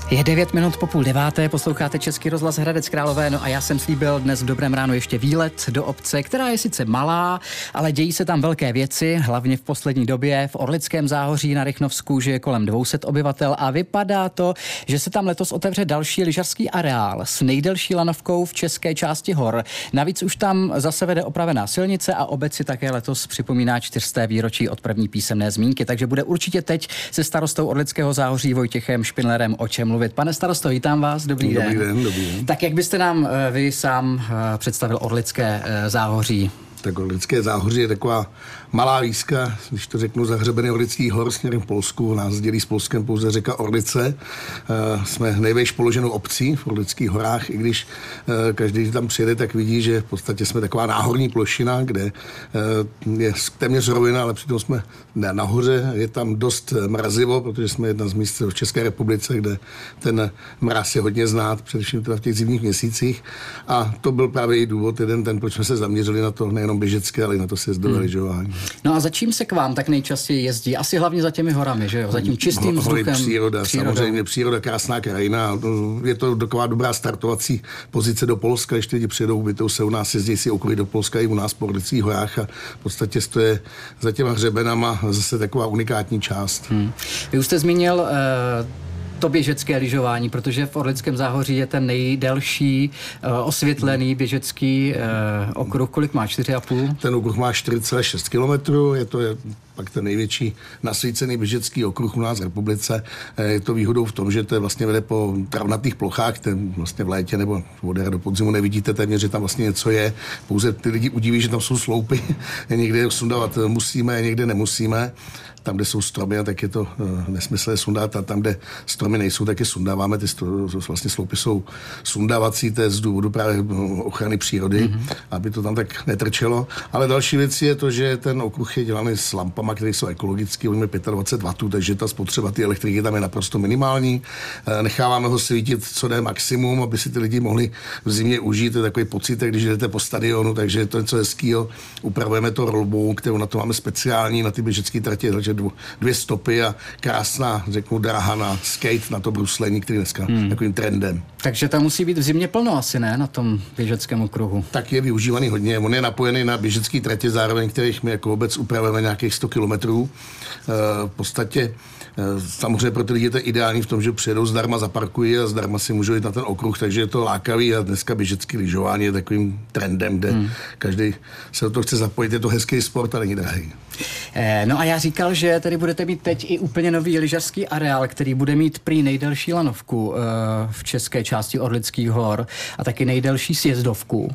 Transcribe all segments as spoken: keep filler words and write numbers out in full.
Je devět minut po půl deváté, posloucháte Český rozhlas Hradec Králové, no a já jsem slíbil dnes v dobrém ránu ještě výlet do obce, která je sice malá, ale dějí se tam velké věci, hlavně v poslední době. V Orlickém Záhoří na Rychnovsku žije kolem dvě stě obyvatel a vypadá to, že se tam letos otevře další lyžařský areál s nejdelší lanovkou v české části hor. Navíc už tam zase vede opravená silnice a obec si také letos připomíná čtyřsté výročí od první písemné zmínky, takže bude určitě teď se starostou Orlického Záhoří Vojtěchem Špindlerem o čem mluvit. Pane starosto, vítám vás, dobrý, dobrý den. den. Dobrý den. Tak jak byste nám vy sám představil Orlické Záhoří? Tak Orlické Záhoří je taková malá výska, když to řeknu, zahřebený Orlických hor směrem v Polsku. Nás dělí s Polskem pouze řeka Orlice. Jsme nejvejš položenou obcí v Orlických horách, i když každý, když tam přijede, tak vidí, že v podstatě jsme taková náhorní plošina, kde je téměř rovina, ale přitom jsme nahoře. Je tam dost mrazivo, protože jsme jedna z míst v České republice, kde ten mráz je hodně znát, především teda v těch zimních měsících. A to byl právě i důvod, jeden ten, proč jsme se zaměřili na to nejenom běžecké, ale i na to sjezdové hmm. lyžování. No a za čím se k vám tak nejčastěji jezdí? Asi hlavně za těmi horami, že jo? Za tím čistým Hory, vzduchem. Příroda, příroda, samozřejmě příroda, krásná krajina. Je to taková dobrá startovací pozice do Polska, když lidi přijedou, ubytou se u nás, jezdí si okolí do Polska i u nás po Orlických horách a v podstatě stoje za těma hřebenama zase taková unikátní část. Hmm. Vy už jste zmínil uh... to běžecké lyžování, protože v Orlickém Záhoří je ten nejdelší uh, osvětlený běžecký uh, okruh. Kolik má? čtyři a půl? Ten okruh má čtyři celé šest kilometrů, je to je pak ten největší nasvícený běžecký okruh u nás v republice. Je to výhodou v tom, že to je vlastně vede po travnatých plochách, které vlastně v létě nebo od jara do podzimu nevidíte téměř, že tam vlastně něco je. Pouze ty lidi udiví, že tam jsou sloupy. Někde je sundávat musíme, někde nemusíme. Tam, kde jsou stromy, tak je to uh, nesmysl je sundat, a tam, kde stromy nejsou, tak je sundáváme. Ty stro, vlastně sloupy jsou sundávací, to je z důvodu právě ochrany přírody, mm-hmm. aby to tam tak netrčelo. Ale další věc je to, že ten okruh je dělaný s lampama, které jsou ekologické, oni mají dvacet pět wattů, takže ta spotřeba té elektriky tam je naprosto minimální. Uh, necháváme ho svítit co jde maximum, aby si ty lidi mohli v zimě užít. To je takový pocit, když jdete po stadionu, takže je to něco hezkýho. Upravujeme to rolbou, kterou na to máme speciální, na ty běžecké tratě, takže dvě stopy a krásná, řeknu, dráha na skate, na to bruslení, který dneska hmm. takovým trendem. Takže tam musí být v zimě plno asi, ne, na tom běžeckém okruhu? Tak je využívaný hodně. On je napojený na běžecký tratě, zároveň kterých my jako obec upravujeme nějakých sto kilometrů. V podstatě samozřejmě pro ty lidi je to ideální v tom, že přijedou zdarma, zaparkují a zdarma si můžou jít na ten okruh, takže je to lákavý a dneska běžecký lyžování je takovým trendem, kde hmm. každý se do toho chce zapojit. Je to hezký sport a není drahý. No a já říkal, že tady budete mít teď i úplně nový lyžařský areál, který bude mít prý nejdelší lanovku v české části Orlických hor a taky nejdelší sjezdovku.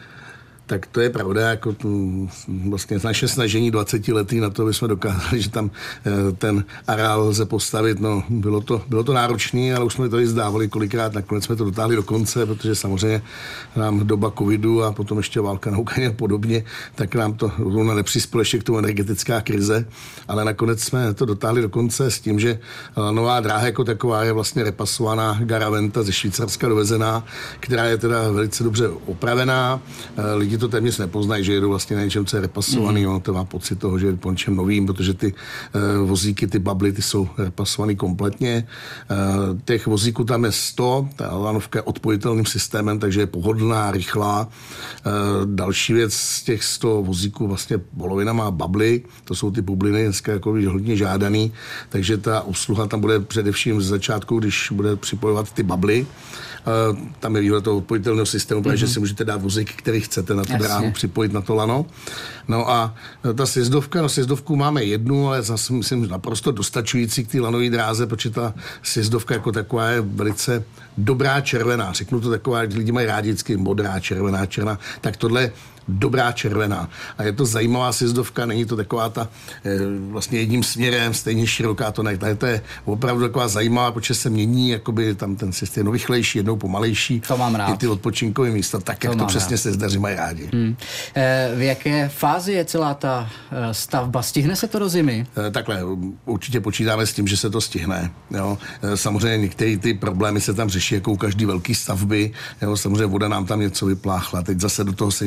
Tak to je pravda, jako tu, vlastně naše snažení dvacetiletí na to, aby jsme dokázali, že tam ten areál lze postavit. No, bylo to, bylo to náročné, ale už jsme to i zdávali kolikrát, nakonec jsme to dotáhli do konce, protože samozřejmě nám doba covidu a potom ještě válka na Ukrajině a podobně, tak nám to nepřispělo ještě k tomu energetická krize, ale nakonec jsme to dotáhli do konce s tím, že nová dráha jako taková je vlastně repasovaná Garaventa ze Švýcarska dovezená, která je teda velice dobře opravená. Lidi to téměř nepoznají, že jedou vlastně na něčem, co je repasovaný. Mm. Ono to má pocit toho, že je po něčem novým, protože ty uh, vozíky, ty bably, ty jsou repasovaný kompletně. Uh, těch vozíků tam je sto, ta lanovka je odpojitelným systémem, takže je pohodlná, rychlá. Uh, další věc z těch sto vozíků, vlastně polovina má bably, to jsou ty bubliny, dneska jako hodně žádaný, takže ta obsluha tam bude především z začátku, když bude připojovat ty bably. Uh, tam je výhoda toho odpojitelného systému, mm-hmm. protože si můžete dát vozík, který chcete na tu dráhu připojit na to lano. No a ta sjezdovka, no sjezdovku máme jednu, ale zase myslím naprosto dostačující k té lanové dráze, protože ta sjezdovka jako taková je velice dobrá červená. Řeknu to taková, lidi mají rádi vždycky modrá, červená, černá, tak tohle dobrá červená. A je to zajímavá sjezdovka, není to taková ta e, vlastně jedním směrem, stejně široká to ne. To je opravdu taková zajímavá, protože se mění, jakoby tam ten sjezd je jednou rychlejší, jednou pomalejší. To mám rád. I ty odpočinkové místa, tak to jak to přesně sjezdaři mají rádi. Hmm. E, v jaké fázi je celá ta e, stavba? Stihne se to do zimy? E, takhle, určitě počítáme s tím, že se to stihne. Jo. E, samozřejmě některé ty problémy se tam řeší, jako u každý velký stavby. Jo. Samozřejmě voda nám tam něco vypláchla, teď zase do toho se něco roz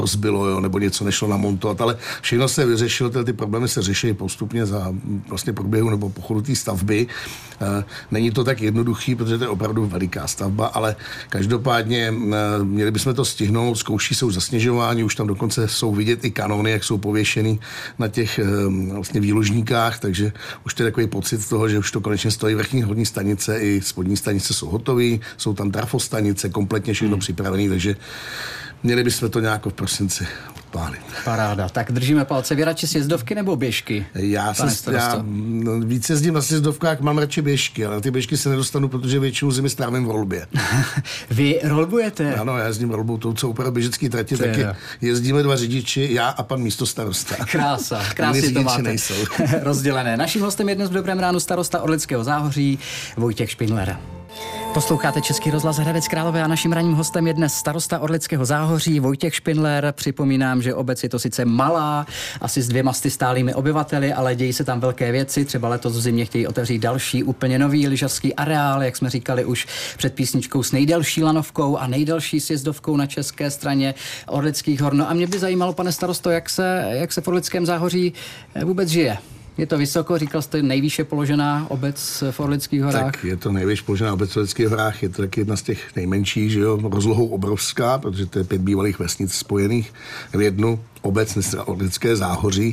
rozbilo, jo, nebo něco nešlo namontovat, ale všechno se vyřešilo, ty problémy se řeší postupně za vlastně průběhu nebo pochodu té stavby. Není to tak jednoduchý, protože to je opravdu veliká stavba, ale každopádně měli bychom to stihnout, zkouší se už zasněžování, už tam dokonce jsou vidět i kanony, jak jsou pověšený na těch vlastně výložníkách, takže už to je takový pocit toho, že už to konečně stojí. Vrchní horní stanice i spodní stanice jsou hotové, jsou tam trafostanice, kompletně všechno hmm. připravené, takže měli bychom to nějak v prosinci odpálit. Paráda. Tak držíme palce. Vy radši sjezdovky nebo běžky? Já, se, já víc jezdím na sjezdovkách, mám radši běžky, ale na ty běžky se nedostanu, protože většinu zimy strávím v rolbě. Vy rolbujete? Ano, já jezdím rolbou, tou, co opravdu běžecký trati, taky jezdíme dva řidiči, já a pan místostarosta. Krása, krásně to máte rozdělené. Naším hostem je dnes v Dobrém ránu starosta Orlického Záhoří Vojtěch Špindler. Posloucháte Český rozhlas Hradec Králové a naším ranním hostem je dnes starosta Orlického Záhoří Vojtěch Špindler. Připomínám, že obec je to sice malá, asi s dvěma sty stálými obyvateli, ale dějí se tam velké věci. Třeba letos v zimě chtějí otevřít další úplně nový lyžařský areál, jak jsme říkali už před písničkou, s nejdelší lanovkou a nejdelší sjezdovkou na české straně Orlických hor. No a mě by zajímalo, pane starosto, jak se, jak se v Orlickém Záhoří vůbec žije. Je to vysoko, říkal jste, nejvýše položená obec v Orlických horách? Tak, je to nejvýše položená obec v Orlických horách, je to taky jedna z těch nejmenších, že jo, rozlohou obrovská, protože to je pět bývalých vesnic spojených v jednu obec, Orlické Záhoří.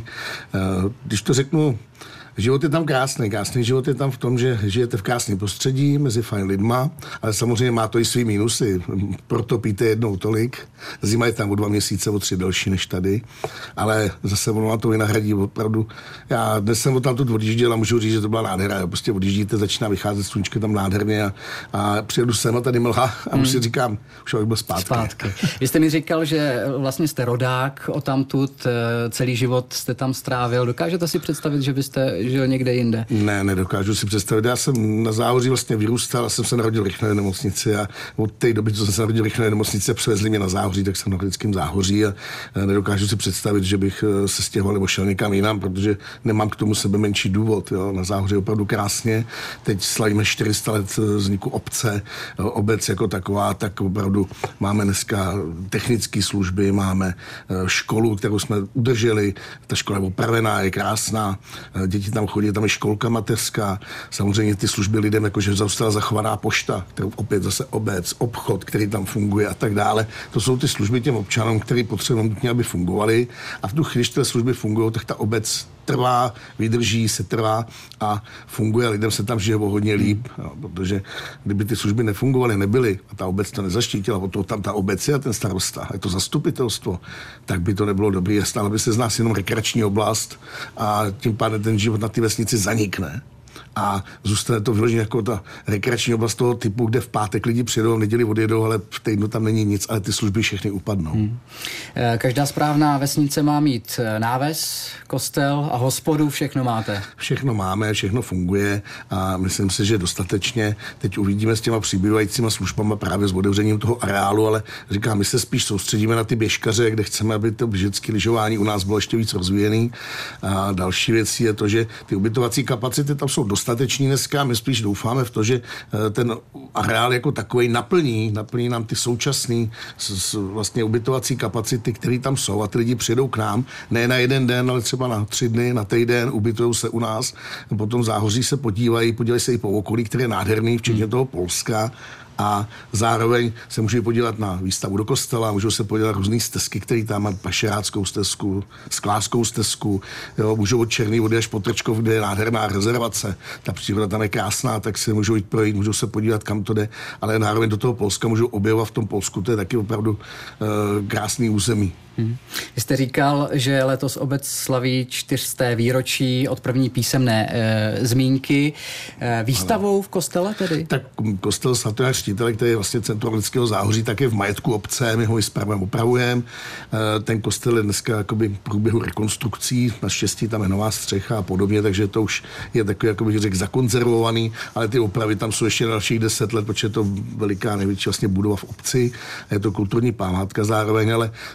Když to řeknu, život je tam krásný. Krásný život je tam v tom, že žijete v krásném prostředí, mezi fajn lidma, ale samozřejmě má to i svý mínusy. Proto píte jednou tolik. Zima je tam o dva měsíce, o tři delší než tady, ale zase ono na to vynahradí opravdu. Já dnes jsem tam tu odjížděl a můžu říct, že to byla nádhera. Prostě odjíždíte, začíná vycházet sluníčko tam nádherně a, a přijedu sem a tady mlha a hmm. už si říkám, už bych byl zpátky. zpátky. Vy jste mi říkal, že vlastně jste rodák odtamtud, celý život jste tam strávil. Dokážete si představit, že byste žil někde jinde? Ne, nedokážu si představit. Já jsem na Záhoří vlastně vyrůstal a jsem se narodil v Rychnové nemocnici a od té doby, co jsem se narodil v Rychnové nemocnici, převezli mě na Záhoří, tak jsem na Orlickém Záhoří a nedokážu si představit, že bych se stěhoval nebo šel někam jinam, protože nemám k tomu sebe menší důvod. Jo. Na Záhoří je opravdu krásně. Teď slavíme čtyři sta let vzniku obce. Obec jako taková, tak opravdu máme dneska technické služby, máme školu, kterou jsme udrželi. Ta škola je opravená, je krásná. Děti tam chodí, tam je školka mateřská. Samozřejmě ty služby lidem, jakože zůstala zachovaná pošta, kterou opět zase obec, obchod, který tam funguje a tak dále. To jsou ty služby těm občanům, který potřebují nutně, aby fungovaly. A v tu chvíli, když ty služby fungují, tak ta obec trvá, vydrží, se trvá a funguje. Lidem se tam žije o hodně líp, jo, protože kdyby ty služby nefungovaly, nebyly a ta obec to nezaštítila, o to tam ta obec je a ten starosta, a je to zastupitelstvo, tak by to nebylo dobré. Stala by se z nás jenom rekreační oblast a tím pádem ten život na ty vesnici zanikne. A zůstane to vyloženě jako ta rekreační oblast toho typu, kde v pátek lidi přijedou, v neděli odjedou, ale v týdnu tam není nic, ale ty služby všechny upadnou. Hmm. Každá správná vesnice má mít náves, kostel a hospodu, všechno máte? Všechno máme, všechno funguje a myslím si, že dostatečně. Teď uvidíme s těma přibývajícíma službama právě s otevřením toho areálu, ale říkám, my se spíš soustředíme na ty běžkaře, kde chceme, aby to běžecké lyžování u nás bylo ještě víc rozvíjený. A další věc je to, že ty ubytovací kapacity tam jsou dostateční dneska. My spíš doufáme v to, že ten areál jako takový naplní, naplní nám ty současné vlastně ubytovací kapacity, které tam jsou a ty lidi přijedou k nám, ne na jeden den, ale třeba na tři dny, na týden, ubytujou se u nás, potom Záhoří se podívají, podívají se i po okolí, které je nádherný, včetně toho Polska. A zároveň se můžou podívat na výstavu do kostela, můžou se podívat na různé stezky, které tam mají, Pašeráckou stezku, Sklářskou stezku, jo, můžou od Černý vody až po Trčkov, kde je nádherná rezervace. Ta příroda tam je krásná, tak se můžou jít projít, můžou se podívat, kam to jde, ale zároveň do toho Polska můžou objevovat v tom Polsku, to je taky opravdu uh, krásný území. Hmm. Vy jste říkal, že letos obec slaví čtyřsté výročí od první písemné e, zmínky. E, výstavou v kostele tedy? Tak kostel svatého Křtitele, který je vlastně centrum Orlického Záhoří, tak je v majetku obce, my ho i spravujeme, opravujeme. E, ten kostel je dneska jakoby v průběhu rekonstrukcí, naštěstí tam je nová střecha a podobně, takže to už je takový, jako bych řekl, zakonzervovaný, ale ty opravy tam jsou ještě na dalších deset let, protože je to veliká největší vlastně budova v obci, je to kulturní památka zároveň, ale snažíme se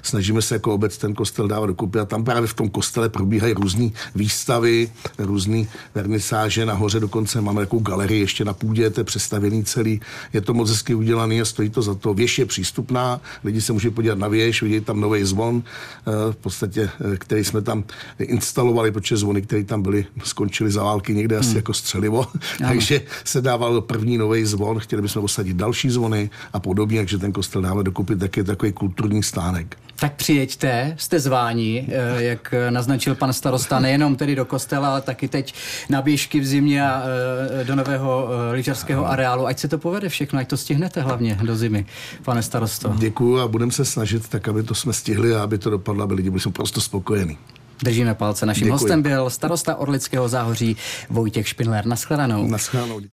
se jako obec ten kostel dává dokupy a tam právě v tom kostele probíhají různé výstavy, různé vernisáže, nahoře dokonce máme takovou galerii ještě na půdě, to je přestavěný celý, je to moc hezky udělaný a stojí to za to. Věž je přístupná, lidi se může podívat na věž, vidějí tam nový zvon, v podstatě, který jsme tam instalovali, protože zvony, které tam byly, skončily za války někde asi hmm. jako střelivo, takže se dával první nový zvon, chtěli bychom osadit další zvony a podobně, takže ten kostel dáme dokupy taky takový kulturní stánek. Tak přijeďte, jste zváni, jak naznačil pan starosta, nejenom tedy do kostela, ale taky teď na běžky v zimě a do nového lyžařského areálu. Ať se to povede všechno, ať to stihnete hlavně do zimy, pane starosto. Děkuju a budeme se snažit tak, aby to jsme stihli a aby to dopadlo, aby lidi byli prostě spokojení. Držíme palce. Naším Děkuji. hostem byl starosta Orlického Záhoří Vojtěch Špindler. Naschledanou. Naschledanou.